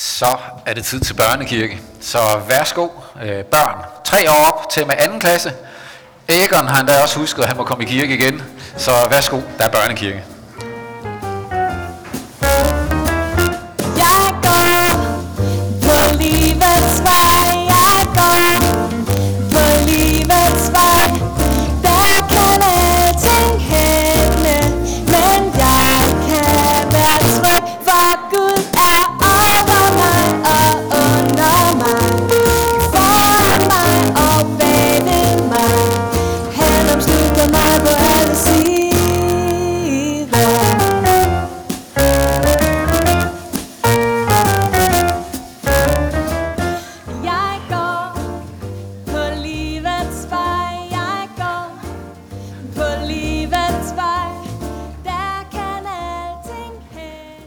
Så er det tid til børnekirke. Så værsgo, børn. 3 år op til med 2. klasse. Egon har endda også husket, at han må komme i kirke igen. Så værsgo, der er børnekirke. Jeg går på livets vej. Jeg går på livets vej. Der kan alting hænde, men jeg kan være tryg, for Gud er over mig og under mig, foran mig og bag mig. Han omslutter mig på alle sider. Jeg går på livets vej. Jeg går på livets vej. Der kan alting hænde.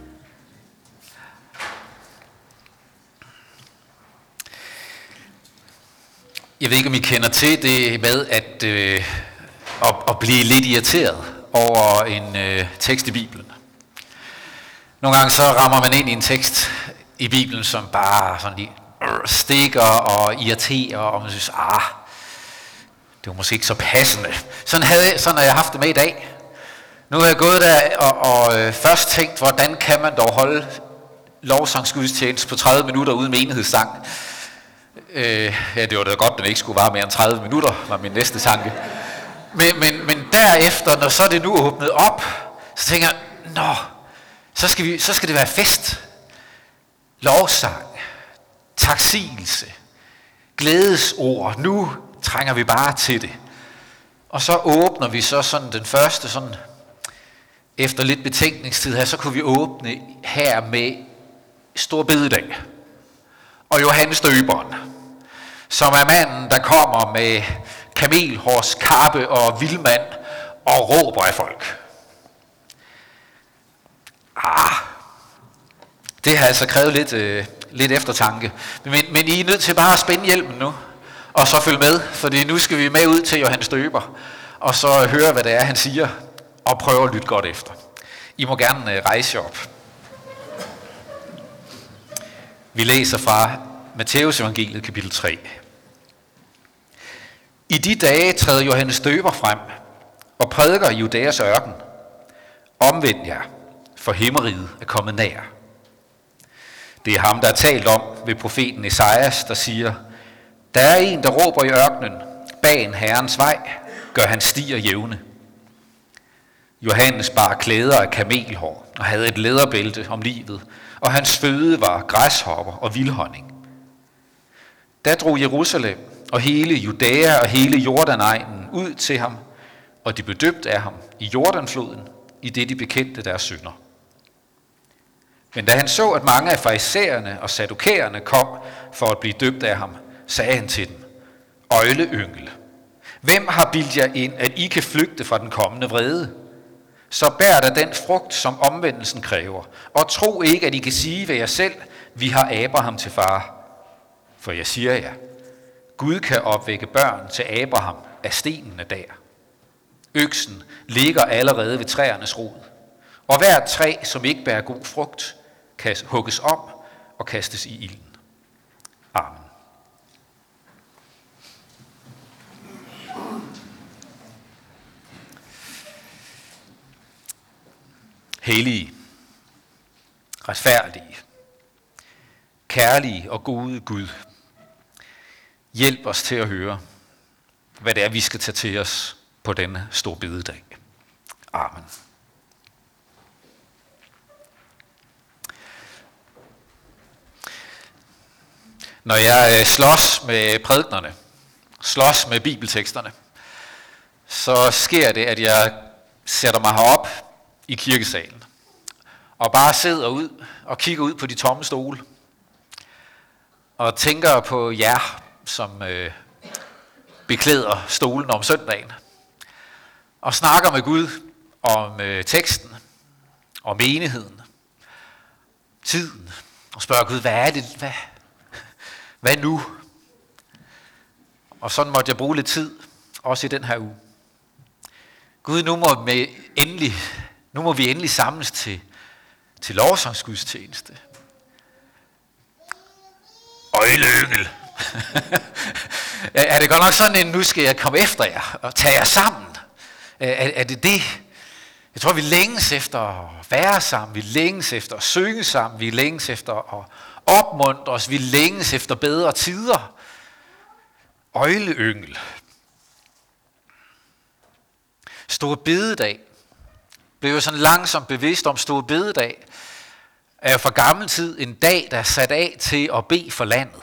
Jeg ved ikke, om I kender til det med at blive lidt irriteret over en tekst i Bibelen. Nogle gange så rammer man ind i en tekst i Bibelen, som bare sådan lige stikker og irriterer, og man synes, det var måske ikke så passende. Sådan har jeg haft det med i dag. Nu har jeg gået der og først tænkt, hvordan kan man dog holde lovsangsgudstjeneste på 30 minutter uden menighedssang. Ja, det var da godt, at den ikke skulle vare mere end 30 minutter, var min næste tanke. Men derefter, når så er det nu åbnet op, så tænker jeg, så skal det være fest. Lovsang, taksigelse, glædesord. Nu trænger vi bare til det. Og så åbner vi så sådan den første, sådan efter lidt betænkningstid her, så kunne vi åbne her med Stor Bededag. Og Johannes Døberen, som er manden, der kommer med kamelhårs kappe og vildmand og råber af folk. Det har altså krævet lidt eftertanke. Men I er nødt til bare at spænde hjelmen nu, og så følge med, fordi nu skal vi med ud til Johannes Døber, og så høre, hvad det er, han siger, og prøve at lytte godt efter. I må gerne rejse op. Vi læser fra Matthæus evangeliet kapitel 3. I de dage træder Johannes Døber frem og prædiker i Judæas ørken. Omvend jer, for himmeriget er kommet nær. Det er ham, der er talt om ved profeten Esajas, der siger, der er en, der råber i ørkenen, bag en Herrens vej, gør han stier jævne. Johannes bar klæder af kamelhår og havde et læderbælte om livet, og hans føde var græshopper og vildhonning. Da drog Jerusalem og hele Judæa og hele Jordanegnen ud til ham, og de blev døbt af ham i Jordanfloden, i det de bekendte deres synder. Men da han så, at mange af farisæerne og saddukæerne kom for at blive døbt af ham, sagde han til dem, øgleyngel, hvem har bildt jer ind, at I kan flygte fra den kommende vrede? Så bær da den frugt, som omvendelsen kræver, og tro ikke, at I kan sige ved jer selv, vi har Abraham til far. For jeg siger jer, Gud kan opvække børn til Abraham af stenene der. Øksen ligger allerede ved træernes rod, og hvert træ, som ikke bærer god frugt, kan hugges om og kastes i ilden. Amen. Hellige, retfærdige, kærlige og gode Gud, hjælp os til at høre, hvad det er, vi skal tage til os på denne store bededag. Amen. Når jeg slås med prædiknerne, slås med bibelteksterne, så sker det, at jeg sætter mig herop i kirkesalen og bare sidder ud og kigger ud på de tomme stole og tænker på jer, som beklæder stolen om søndagen, og snakker med Gud om teksten, om menigheden, tiden, og spørger Gud, hvad er det, hvad nu? Og sådan måtte jeg bruge lidt tid, også i den her uge. Gud, nu må vi endelig samles til lovsangsgudstjeneste. Øjleyngel. Er det godt nok sådan en, nu skal jeg komme efter jer og tage jer sammen? Er det det? Jeg tror, vi længes efter at være sammen, vi længes efter at synge sammen, vi længes efter at opmuntre os, vi længes efter bedre tider. Øjleyngel. Store bededag blev jo sådan langsomt bevidst om store bededag, er jo fra gammel tid en dag, der er sat af til at bede for landet.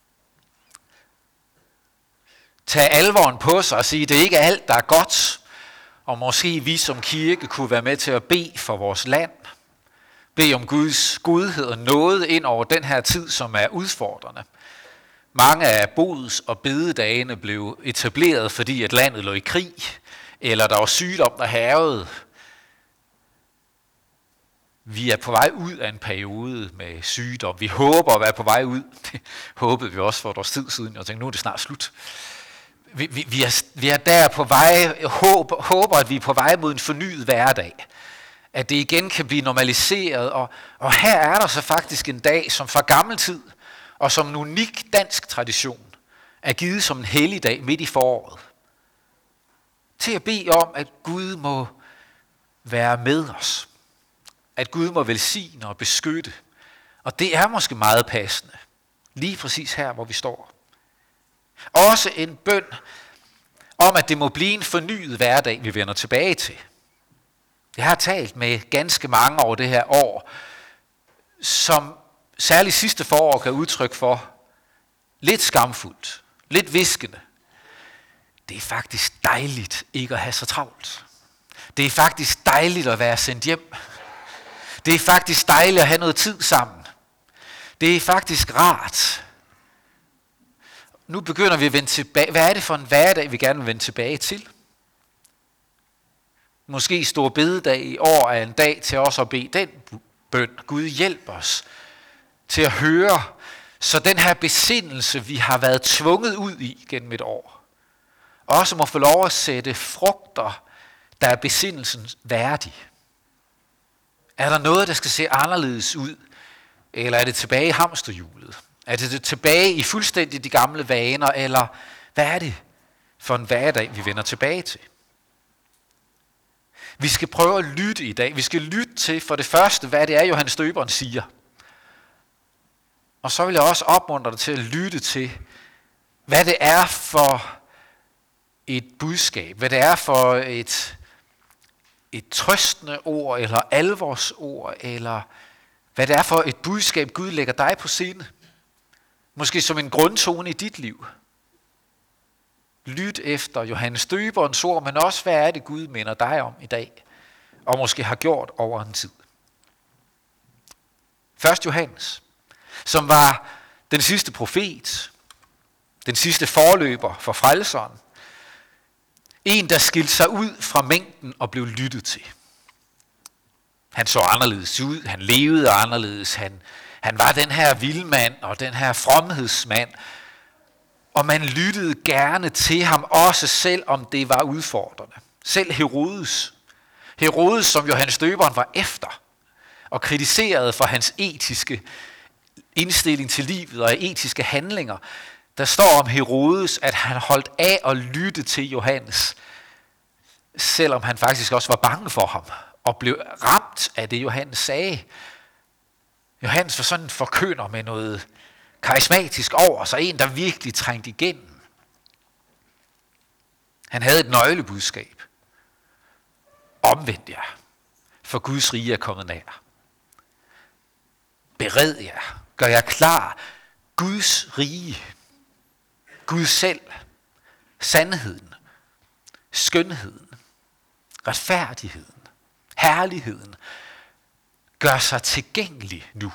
Tag alvoren på sig og sige, at det ikke er alt, der er godt, og måske vi som kirke kunne være med til at bede for vores land. Bede om Guds godhed og nåde ind over den her tid, som er udfordrende. Mange af bods- og bededagene blev etableret, fordi at landet lå i krig, eller der var sygdom, der hærgede. Vi er på vej ud af en periode med sygdom. Vi håber at være på vej ud. Det håbede vi også for et års tid siden. Jeg tænkte, nu er det snart slut. Vi er der på vej, håber, at vi er på vej mod en fornyet hverdag. At det igen kan blive normaliseret. Og her er der så faktisk en dag, som fra gammel tid, og som en unik dansk tradition, er givet som en helligdag midt i foråret. Til at bede om, at Gud må være med os. At Gud må velsigne og beskytte. Og det er måske meget passende. Lige præcis her, hvor vi står. Også en bøn om, at det må blive en fornyet hverdag, vi vender tilbage til. Jeg har talt med ganske mange over det her år, som særligt sidste forår gav udtryk for lidt skamfuldt, lidt viskende. Det er faktisk dejligt ikke at have så travlt. Det er faktisk dejligt at være sendt hjem. Det er faktisk dejligt at have noget tid sammen. Det er faktisk rart. Nu begynder vi at vende tilbage. Hvad er det for en hverdag, vi gerne vil vende tilbage til? Måske store bededag i år er en dag til os at bede den bøn. Gud hjælp os til at høre, så den her besindelse, vi har været tvunget ud i gennem et år, også må få lov at sætte frugter, der er besindelsen værdig. Er der noget, der skal se anderledes ud? Eller er det tilbage i hamsterhjulet? Er det tilbage i fuldstændig de gamle vaner? Eller hvad er det for en hverdag, vi vender tilbage til? Vi skal prøve at lytte i dag. Vi skal lytte til for det første, hvad det er, Johannes Døberen siger. Og så vil jeg også opmuntre dig til at lytte til, hvad det er for et budskab. Hvad det er for et trøstende ord, eller alvorsord, eller hvad det er for et budskab, Gud lægger dig på sinde. Måske som en grundtone i dit liv. Lyt efter Johannes Døberens ord, men også hvad er det, Gud minder dig om i dag, og måske har gjort over en tid. Først Johannes, som var den sidste profet, den sidste forløber for frelseren. En, der skilte sig ud fra mængden og blev lyttet til. Han så anderledes ud, han levede anderledes, han var den her vildmand og den her fromhedsmand, og man lyttede gerne til ham, også selvom det var udfordrende. Selv Herodes, som Johannes Døberen var efter, og kritiserede for hans etiske indstilling til livet og etiske handlinger. Der står om Herodes, at han holdt af at lytte til Johannes, selvom han faktisk også var bange for ham, og blev ramt af det, Johannes sagde. Johannes var sådan en forkynder med noget karismatisk over sig, en, der virkelig trængte igennem. Han havde et nøglebudskab. Omvend jer, for Guds rige er kommet nær. Bered jer, gør jer klar. Guds rige, Gud selv, sandheden, skønheden, retfærdigheden, herligheden, gør sig tilgængelig nu.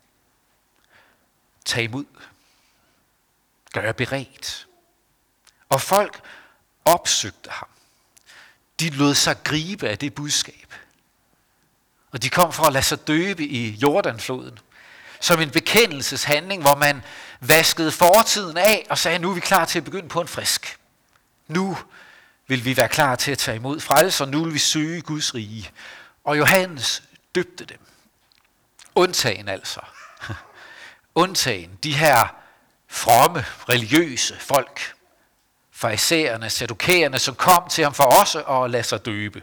Tag imod. Gør jer beredt. Og folk opsøgte ham. De lod sig gribe af det budskab. Og de kom for at lade sig døbe i Jordanfloden. Som en bekendelseshandling, hvor man vaskede fortiden af og sagde, nu er vi klar til at begynde på en frisk. Nu vil vi være klar til at tage imod frelser, nu vil vi søge Guds rige. Og Johannes døbte dem. Undtagen altså. Undtagen de her fromme, religiøse folk, farisæerne, saddukæerne, som kom til ham for også at lade sig døbe.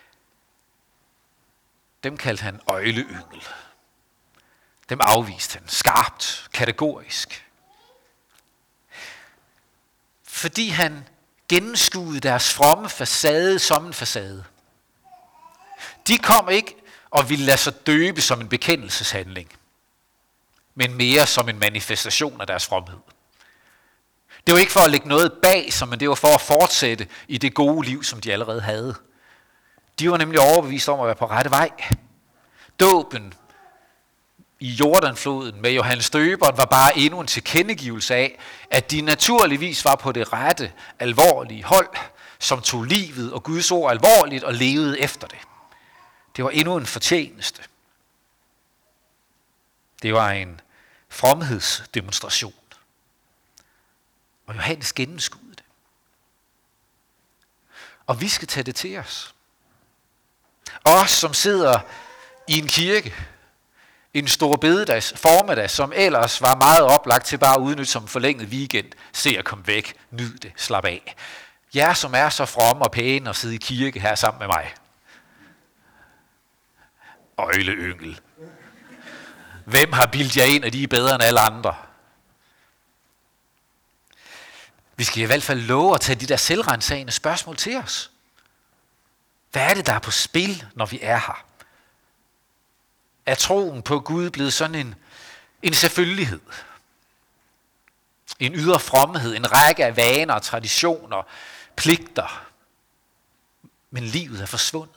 Dem kaldte han øgleyngel. Dem afviste han skarpt, kategorisk. Fordi han gennemskuede deres fromme facade som en facade. De kom ikke og ville lade sig døbe som en bekendelseshandling, men mere som en manifestation af deres fromhed. Det var ikke for at lægge noget bag sig, men det var for at fortsætte i det gode liv, som de allerede havde. De var nemlig overbevist om at være på rette vej. Dåben i Jordanfloden med Johannes Døberen var bare endnu en tilkendegivelse af, at de naturligvis var på det rette, alvorlige hold, som tog livet og Guds ord alvorligt og levede efter det. Det var endnu en fortjeneste. Det var en fromhedsdemonstration. Og Johannes gennemskuede det. Og vi skal tage det til os. Os, som sidder i en kirke, en stor bededags formiddag, som ellers var meget oplagt til bare at udnytte som forlænget weekend. Se at komme væk, nyd det, slap af. Jer, som er så fromme og pæne og sidde i kirke her sammen med mig. Øgleyngel. Hvem har bildt jer ind, at de er bedre end alle andre? Vi skal i hvert fald love at tage de der selvrensagende spørgsmål til os. Hvad er det, der er på spil, når vi er her? Er troen på Gud blevet sådan en selvfølgelighed? En ydre fromhed, en række af vaner, traditioner, pligter. Men livet er forsvundet.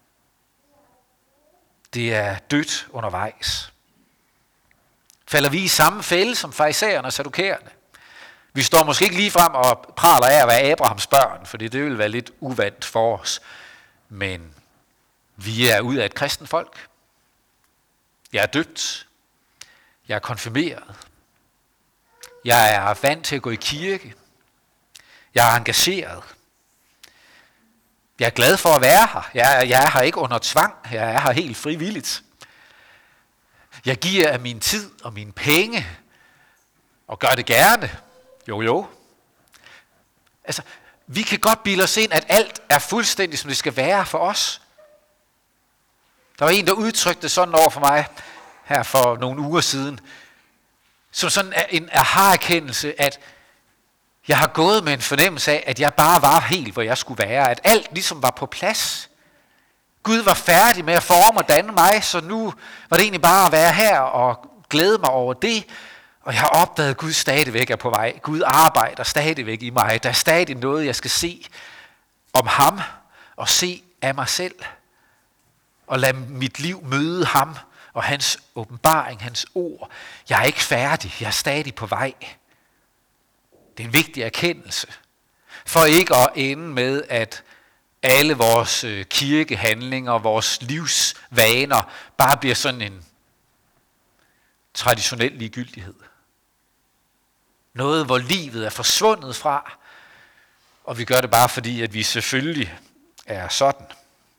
Det er dødt undervejs. Falder vi i samme fælde som farisæerne og saddukæerne? Vi står måske ikke lige frem og praler af at være Abrahams børn, fordi det vil være lidt uvant for os. Men vi er ud af et kristent folk. Jeg er døbt. Jeg er konfirmeret. Jeg er vant til at gå i kirke. Jeg er engageret. Jeg er glad for at være her. Jeg er her ikke under tvang. Jeg er her helt frivilligt. Jeg giver af min tid og mine penge, og gør det gerne. Jo. Altså, vi kan godt bilde os ind, at alt er fuldstændig, som det skal være for os. Der var en, der udtrykte sådan over for mig, her for nogle uger siden, som sådan en aha-erkendelse, at jeg har gået med en fornemmelse af, at jeg bare var helt, hvor jeg skulle være. At alt ligesom var på plads. Gud var færdig med at forme og danne mig, så nu var det egentlig bare at være her og glæde mig over det. Og jeg har opdaget, at Gud stadigvæk er på vej. Gud arbejder stadigvæk i mig. Der er stadig noget, jeg skal se om ham og se af mig selv. Og lade mit liv møde ham og hans åbenbaring, hans ord. Jeg er ikke færdig. Jeg er stadig på vej. Det er en vigtig erkendelse. For ikke at ende med, at alle vores kirkehandlinger, vores livsvaner, bare bliver sådan en traditionel ligegyldighed. Noget, hvor livet er forsvundet fra, og vi gør det bare fordi, at vi selvfølgelig er sådan.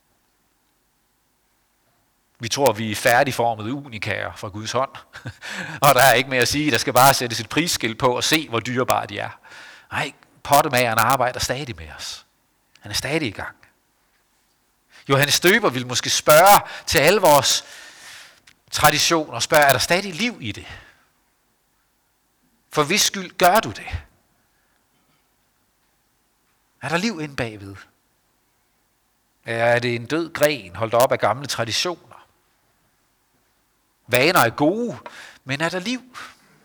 Vi tror, vi er færdigformede unikaer fra Guds hånd. Og der er ikke mere at sige, der skal bare sættes et prisskilt på og se, hvor dyrebare de er. Nej, pottemageren arbejder stadig med os. Han er stadig i gang. Johannes Døber vil måske spørge til alle vores traditioner, spørge, er der stadig liv i det? For hvis skyld gør du det? Er der liv inde bagved? Er det en død gren, holdt op af gamle traditioner? Vaner er gode, men er der liv?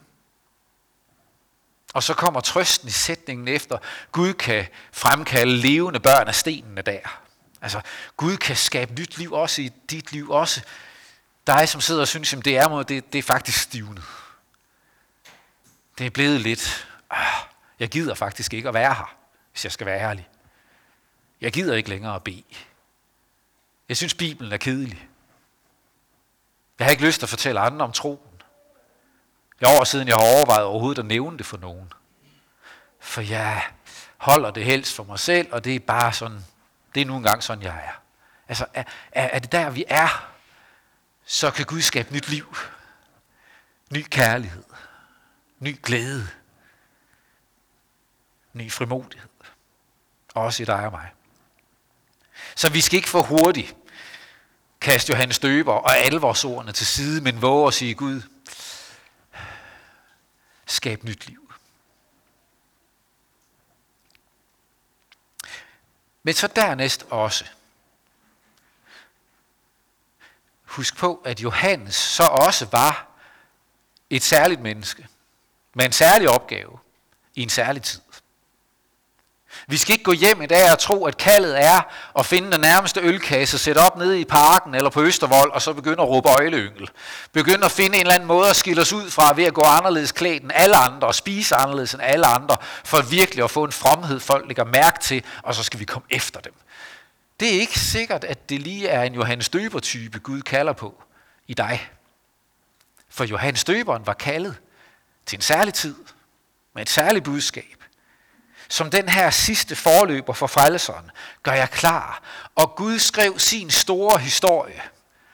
Og så kommer trøsten i sætningen efter, Gud kan fremkalde levende børn af stenene der. Altså, Gud kan skabe nyt liv også i dit liv, også dig, som sidder og synes, at det er faktisk stivnet. Det er blevet lidt, jeg gider faktisk ikke at være her, hvis jeg skal være ærlig. Jeg gider ikke længere at bede. Jeg synes, Bibelen er kedelig. Jeg har ikke lyst til at fortælle andre om troen. Det er år siden, jeg har overvejet overhovedet at nævne det for nogen. For jeg holder det helst for mig selv, og det er bare sådan, det er nu engang sådan, jeg er. Altså, er det der, vi er, så kan Gud skabe nyt liv. Ny kærlighed. Ny glæde. ny frimodighed. Også i dig og mig. Så vi skal ikke for hurtigt kaste Johannes Døber og alvorsordene til side, men våge at sige, Gud, skab nyt liv. Men så dernæst også, husk på, at Johannes så også var et særligt menneske, med en særlig opgave, i en særlig tid. Vi skal ikke gå hjem i dag og tro, at kaldet er at finde den nærmeste ølkasse, sætte op nede i parken eller på Østervold, og så begynde at råbe øgleyngel. Begynde at finde en eller anden måde at skille os ud fra ved at gå anderledes klædt end alle andre, og spise anderledes end alle andre, for virkelig at få en fromhed, folk lægger mærke til, og så skal vi komme efter dem. Det er ikke sikkert, at det lige er en Johannes Døber-type, Gud kalder på i dig. For Johannes Døberen var kaldet til en særlig tid, med et særligt budskab. Som den her sidste forløber for frelseren, gør jeg klar. Og Gud skrev sin store historie.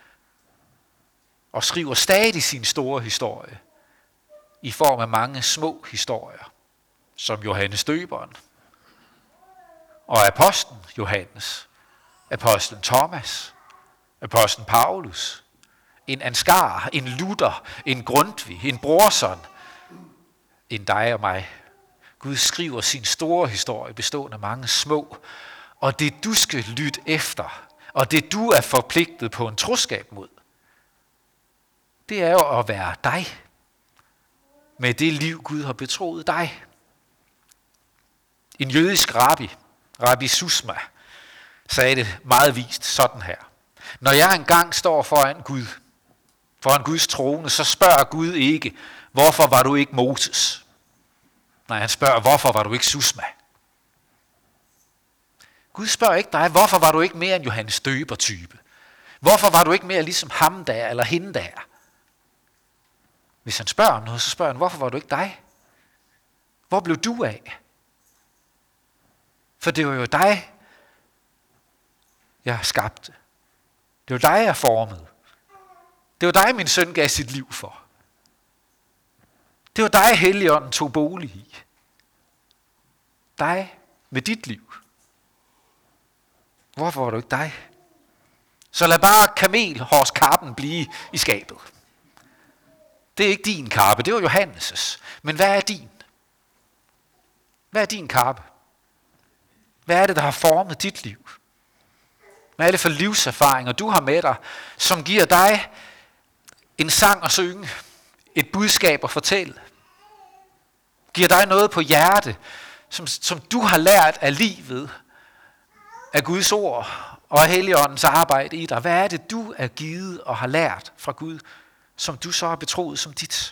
Og skriver stadig sin store historie. I form af mange små historier. Som Johannes Døberen. Og apostlen Johannes. Apostlen Thomas. Apostlen Paulus. En Ansgar. En Luther. En Grundtvig. En Brorson. En dig og mig. Gud skriver sin store historie, bestående af mange små, og det du skal lytte efter, og det du er forpligtet på en troskab mod, det er jo at være dig, med det liv Gud har betroet dig. En jødisk rabbi Susma, sagde det meget vist sådan her. Når jeg engang står foran Guds trone, så spørger Gud ikke, hvorfor var du ikke Moses? Nej, han spørger, hvorfor var du ikke Susma? Gud spørger ikke dig, hvorfor var du ikke mere en Johannes Døber-type? Hvorfor var du ikke mere ligesom ham der eller hende der? Hvis han spørger om noget, så spørger han, hvorfor var du ikke dig? Hvor blev du af? For det var jo dig, jeg skabte. Det var dig, jeg formede. Det var dig, min søn gav sit liv for. Det var dig, Helligånden tog bolig i. Dig med dit liv. Hvorfor var du ikke dig? Så lad bare kamelhårskappen blive i skabet. Det er ikke din kappe, det var Johannes'. Men hvad er din? Hvad er din kappe? Hvad er det, der har formet dit liv? Hvad er det for livserfaringer, du har med dig, som giver dig en sang at synge, et budskab at fortælle? Giver dig noget på hjerte, som du har lært af livet, af Guds ord og af Helligåndens arbejde i dig? Hvad er det, du er givet og har lært fra Gud, som du så har betroet som dit?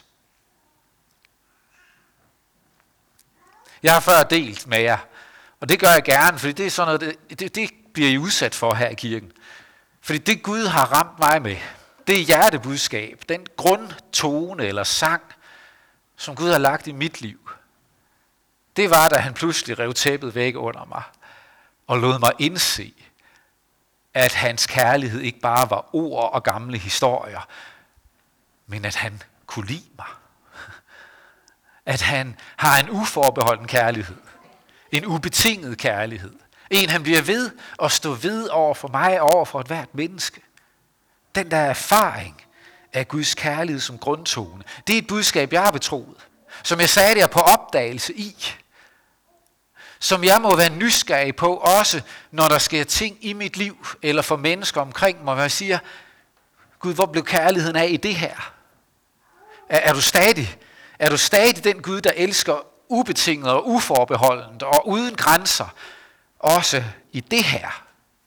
Jeg har før delt med jer, og det gør jeg gerne, fordi det er sådan noget, det bliver I udsat for her i kirken. Fordi det Gud har ramt mig med, det er hjertebudskab, den grundtone eller sang, som Gud har lagt i mit liv. Det var, da han pludselig rev tæppet væk under mig og lod mig indse, at hans kærlighed ikke bare var ord og gamle historier, men at han kunne lide mig. At han har en uforbeholden kærlighed, en ubetinget kærlighed. En, han bliver ved at stå ved over for mig og over for et hvert menneske. Den der erfaring af Guds kærlighed som grundtone, det er et budskab, jeg har betroet. Som jeg sagde der på opdagelse i. Som jeg må være nysgerrig på, også når der sker ting i mit liv, eller for mennesker omkring mig, hvor jeg siger, Gud, hvor blev kærligheden af i det her? Er du stadig den Gud, der elsker ubetinget og uforbeholdent og uden grænser, også i det her?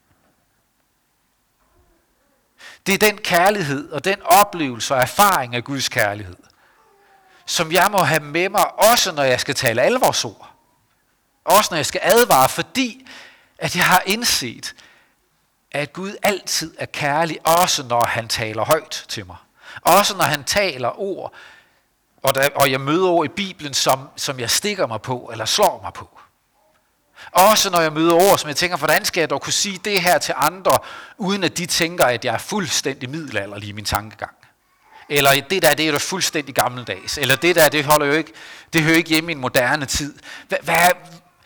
Det er den kærlighed og den oplevelse og erfaring af Guds kærlighed, som jeg må have med mig, også når jeg skal tale alvorsord. Også når jeg skal advare, fordi at jeg har indset, at Gud altid er kærlig, også når han taler højt til mig. Også når han taler ord, og jeg møder ord i Bibelen, som jeg stikker mig på, eller slår mig på. Også når jeg møder ord, som jeg tænker, hvordan skal jeg dog kunne sige det her til andre, uden at de tænker, at jeg er fuldstændig middelalderlig i min tankegang. Eller det der, det er jo fuldstændig gammeldags. Eller det der, det hører jo ikke hjemme i en moderne tid.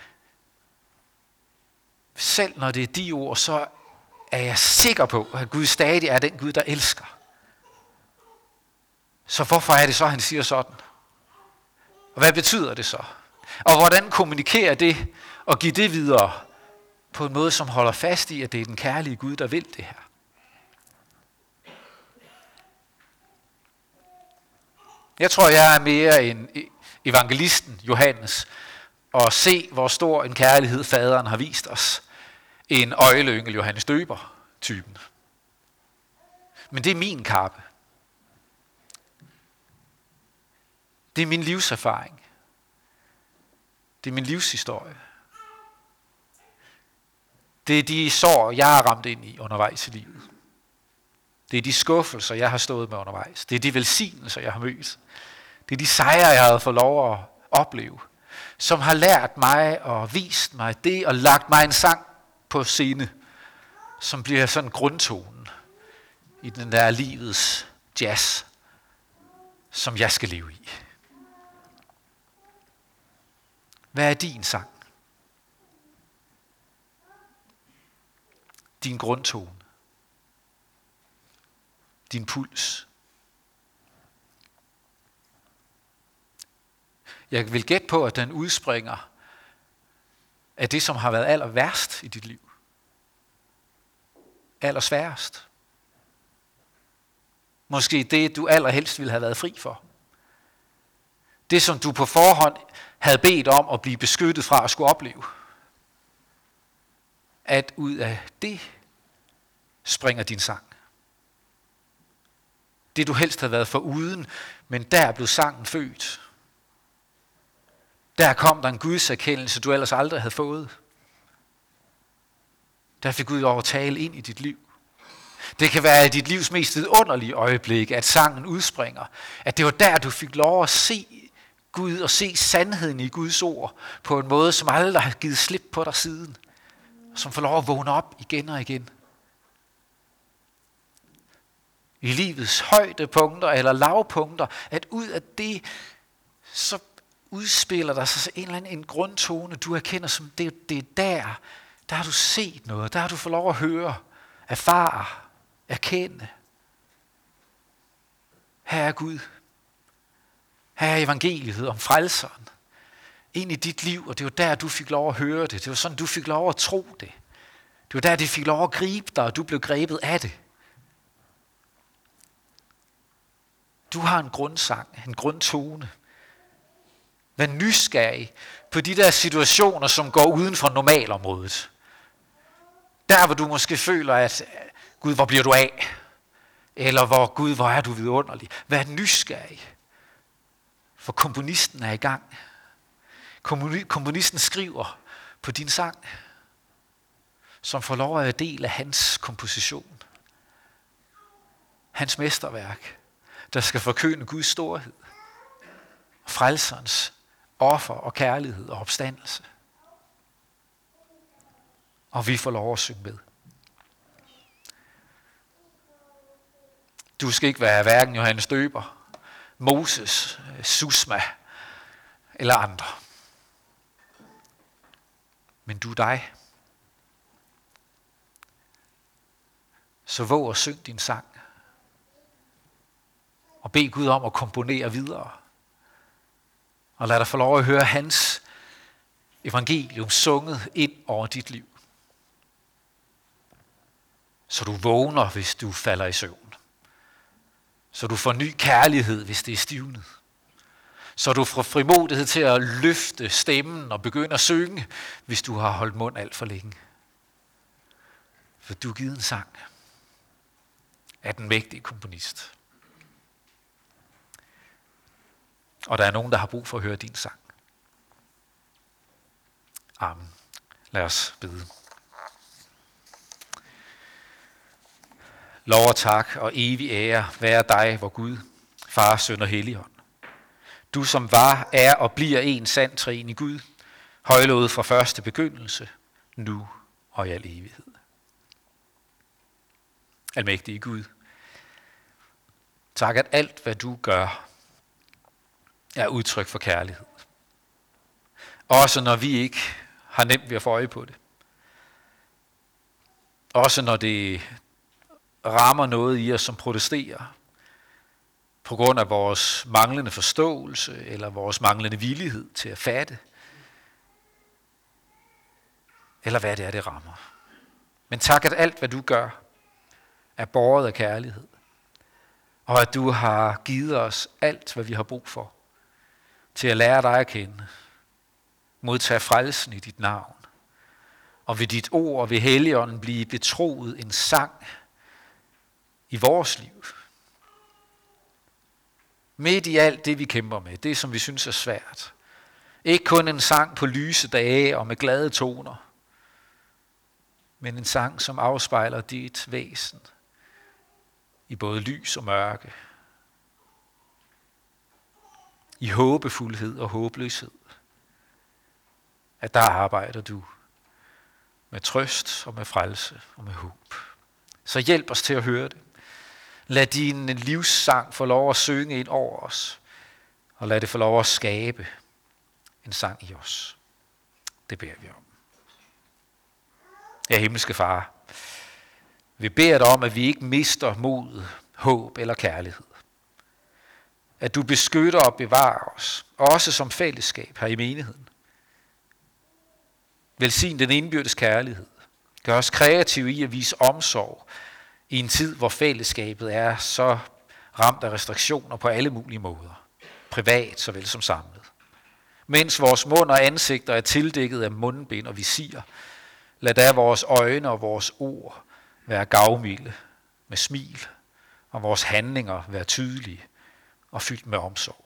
selv når det er de ord, så er jeg sikker på, at Gud stadig er den Gud, der elsker. Så hvorfor er det så, han siger sådan? Og hvad betyder det så? Og hvordan kommunikerer det og give det videre på en måde, som holder fast i, at det er den kærlige Gud, der vil det her? Jeg tror, jeg er mere end evangelisten Johannes, og se, hvor stor en kærlighed faderen har vist os, en øgleyngel Johannes Døber-typen. Men det er min kappe. Det er min livserfaring. Det er min livshistorie. Det er de sår, jeg har ramt ind i undervejs i livet. Det er de skuffelser, jeg har stået med undervejs. Det er de velsignelser, jeg har mødt. Det er de sejre, jeg har fået lov at opleve, som har lært mig og vist mig det og lagt mig en sang på scene, som bliver sådan grundtonen i den der livets jazz, som jeg skal leve i. Hvad er din sang? Din grundtone? Din puls? Jeg vil gætte på, at den udspringer af det, som har været aller værst i dit liv. Allersværest. Måske det, du allerhelst ville have været fri for. Det, som du på forhånd havde bedt om at blive beskyttet fra at skulle opleve. At ud af det springer din sang. Det, du helst havde været foruden, men der blev sangen født. Der kom der en Guds erkendelse, du ellers aldrig havde fået. Der fik Gud lov at tale ind i dit liv. Det kan være dit livs mest vidunderlige øjeblik, at sangen udspringer. At det var der, du fik lov at se Gud og se sandheden i Guds ord på en måde, som aldrig har givet slip på dig siden. Som får lov at vågne op igen og igen. I livets højdepunkter eller lavpunkter, at ud af det, så udspiller der sig en eller anden en grundtone, du erkender som det er der har du set noget, der har du fået lov at høre, erfare, erkende. Her er Gud. Her er evangeliet om frelseren. Ind i dit liv, og det var der, du fik lov at høre det. Det var sådan, du fik lov at tro det. Det var der, det fik lov at gribe dig, og du blev grebet af det. Du har en grundsang, en grundtone. Vær nysgerrig på de der situationer, som går uden for normalområdet. Der, hvor du måske føler, at Gud, hvor bliver du af? Eller hvor Gud, hvor er du vidunderlig? Vær nysgerrig. For komponisten er i gang. Komponisten skriver på din sang, som får lov at være del af hans komposition. Hans mesterværk, der skal forkynde Guds storhed. Frelserens offer og kærlighed og opstandelse. Og vi får lov at synge med. Du skal ikke være hverken Johannes Døber, Moses, Susma eller andre. Men du er dig. Så våg at synge din sang. Og bed Gud om at komponere videre. Og lad dig få lov at høre hans evangelium sunget ind over dit liv. Så du vågner, hvis du falder i søvn. Så du får ny kærlighed, hvis det er stivnet. Så du får frimodighed til at løfte stemmen og begynde at synge, hvis du har holdt mund alt for længe. For du er givet en sang af den mægtige komponist. Og der er nogen, der har brug for at høre din sang. Amen. Lad os bede. Lov og tak og evig ære være dig, vor Gud, Far, Søn og Helligånd. Du som var, er og bliver en sand treenig Gud, højlovet fra første begyndelse, nu og i al evighed. Almægtige Gud, tak at alt, hvad du gør, er udtryk for kærlighed. Også når vi ikke har nemt ved at få øje på det. Også når det rammer noget i os, som protesterer på grund af vores manglende forståelse eller vores manglende villighed til at fatte. Eller hvad det er, det rammer. Men tak, at alt, hvad du gør, er båret af kærlighed. Og at du har givet os alt, hvad vi har brug for, til at lære dig at kende. Modtage frelsen i dit navn. Og ved dit ord og ved Helligånden blive betroet en sang i vores liv. Midt i alt det, vi kæmper med, det som vi synes er svært. Ikke kun en sang på lyse dage og med glade toner, men en sang, som afspejler dit væsen i både lys og mørke, i håbefuldhed og håbløshed. At der arbejder du med trøst og med frelse og med håb. Så hjælp os til at høre det. Lad din livssang få lov at synge ind over os, og lad det få lov at skabe en sang i os. Det beder vi om. Ja, himmelske Far, vi beder dig om, at vi ikke mister mod, håb eller kærlighed. At du beskytter og bevarer os, også som fællesskab her i menigheden. Velsign den indbyrdes kærlighed. Gør os kreative i at vise omsorg i en tid, hvor fællesskabet er så ramt af restriktioner på alle mulige måder. Privat såvel som samlet. Mens vores mund og ansigter er tildækket af mundbind og visir, lad da vores øjne og vores ord være gavmilde med smil, og vores handlinger være tydelige og fyldt med omsorg.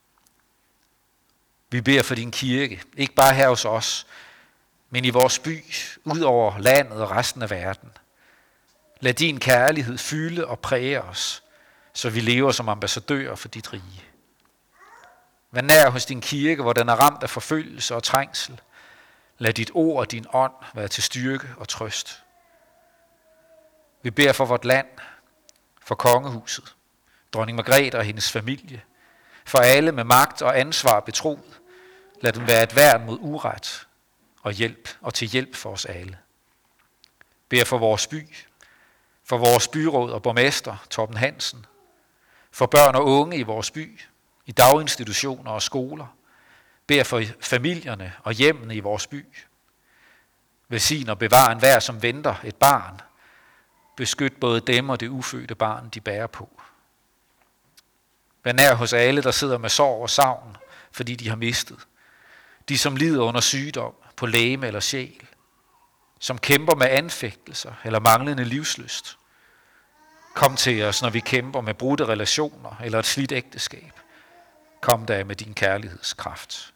Vi beder for din kirke, ikke bare her hos os, men i vores by, ud over landet og resten af verden. Lad din kærlighed fylde og præge os, så vi lever som ambassadører for dit rige. Vær nær hos din kirke, hvor den er ramt af forfølgelse og trængsel. Lad dit ord og din ånd være til styrke og trøst. Vi beder for vort land, for kongehuset, dronning Margrethe og hendes familie, for alle med magt og ansvar betroet. Lad dem være et værn mod uret og til hjælp for os alle. Beder for vores by, for vores byråd og borgmester, Torben Hansen, for børn og unge i vores by, i daginstitutioner og skoler. Beder for familierne og hjemmene i vores by. Velsign og bevar enhver, som venter et barn. Beskyt både dem og det ufødte barn, de bærer på. Vær nær hos alle, der sidder med sorg og savn, fordi de har mistet. De, som lider under sygdom, på legeme eller sjæl. Som kæmper med anfægtelser eller manglende livslyst. Kom til os, når vi kæmper med brudte relationer eller et slidt ægteskab. Kom da med din kærlighedskraft.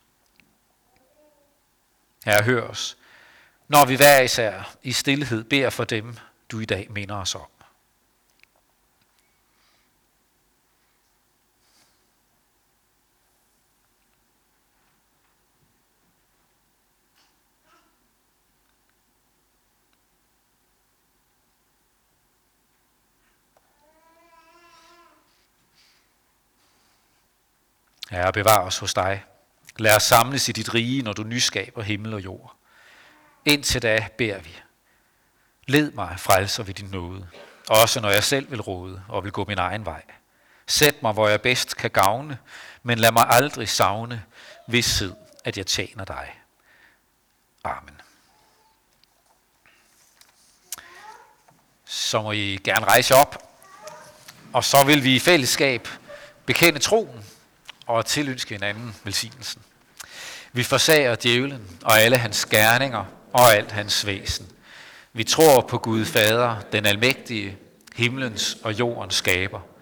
Herre, hør os, når vi hver især i stilhed beder for dem, du i dag minder os om. Herre, bevar os hos dig. Lad os samles i dit rige, når du nyskaber himmel og jord. Indtil da beder vi. Led mig, frelser ved din nåde, også når jeg selv vil råde og vil gå min egen vej. Sæt mig, hvor jeg bedst kan gavne, men lad mig aldrig savne vished, at jeg tjener dig. Amen. Så må I gerne rejse op, og så vil vi i fællesskab bekende troen og tilønske hinanden velsignelsen. Vi forsager djævlen og alle hans gerninger og alt hans væsen. Vi tror på Gud Fader, den almægtige, himlens og jordens skaber.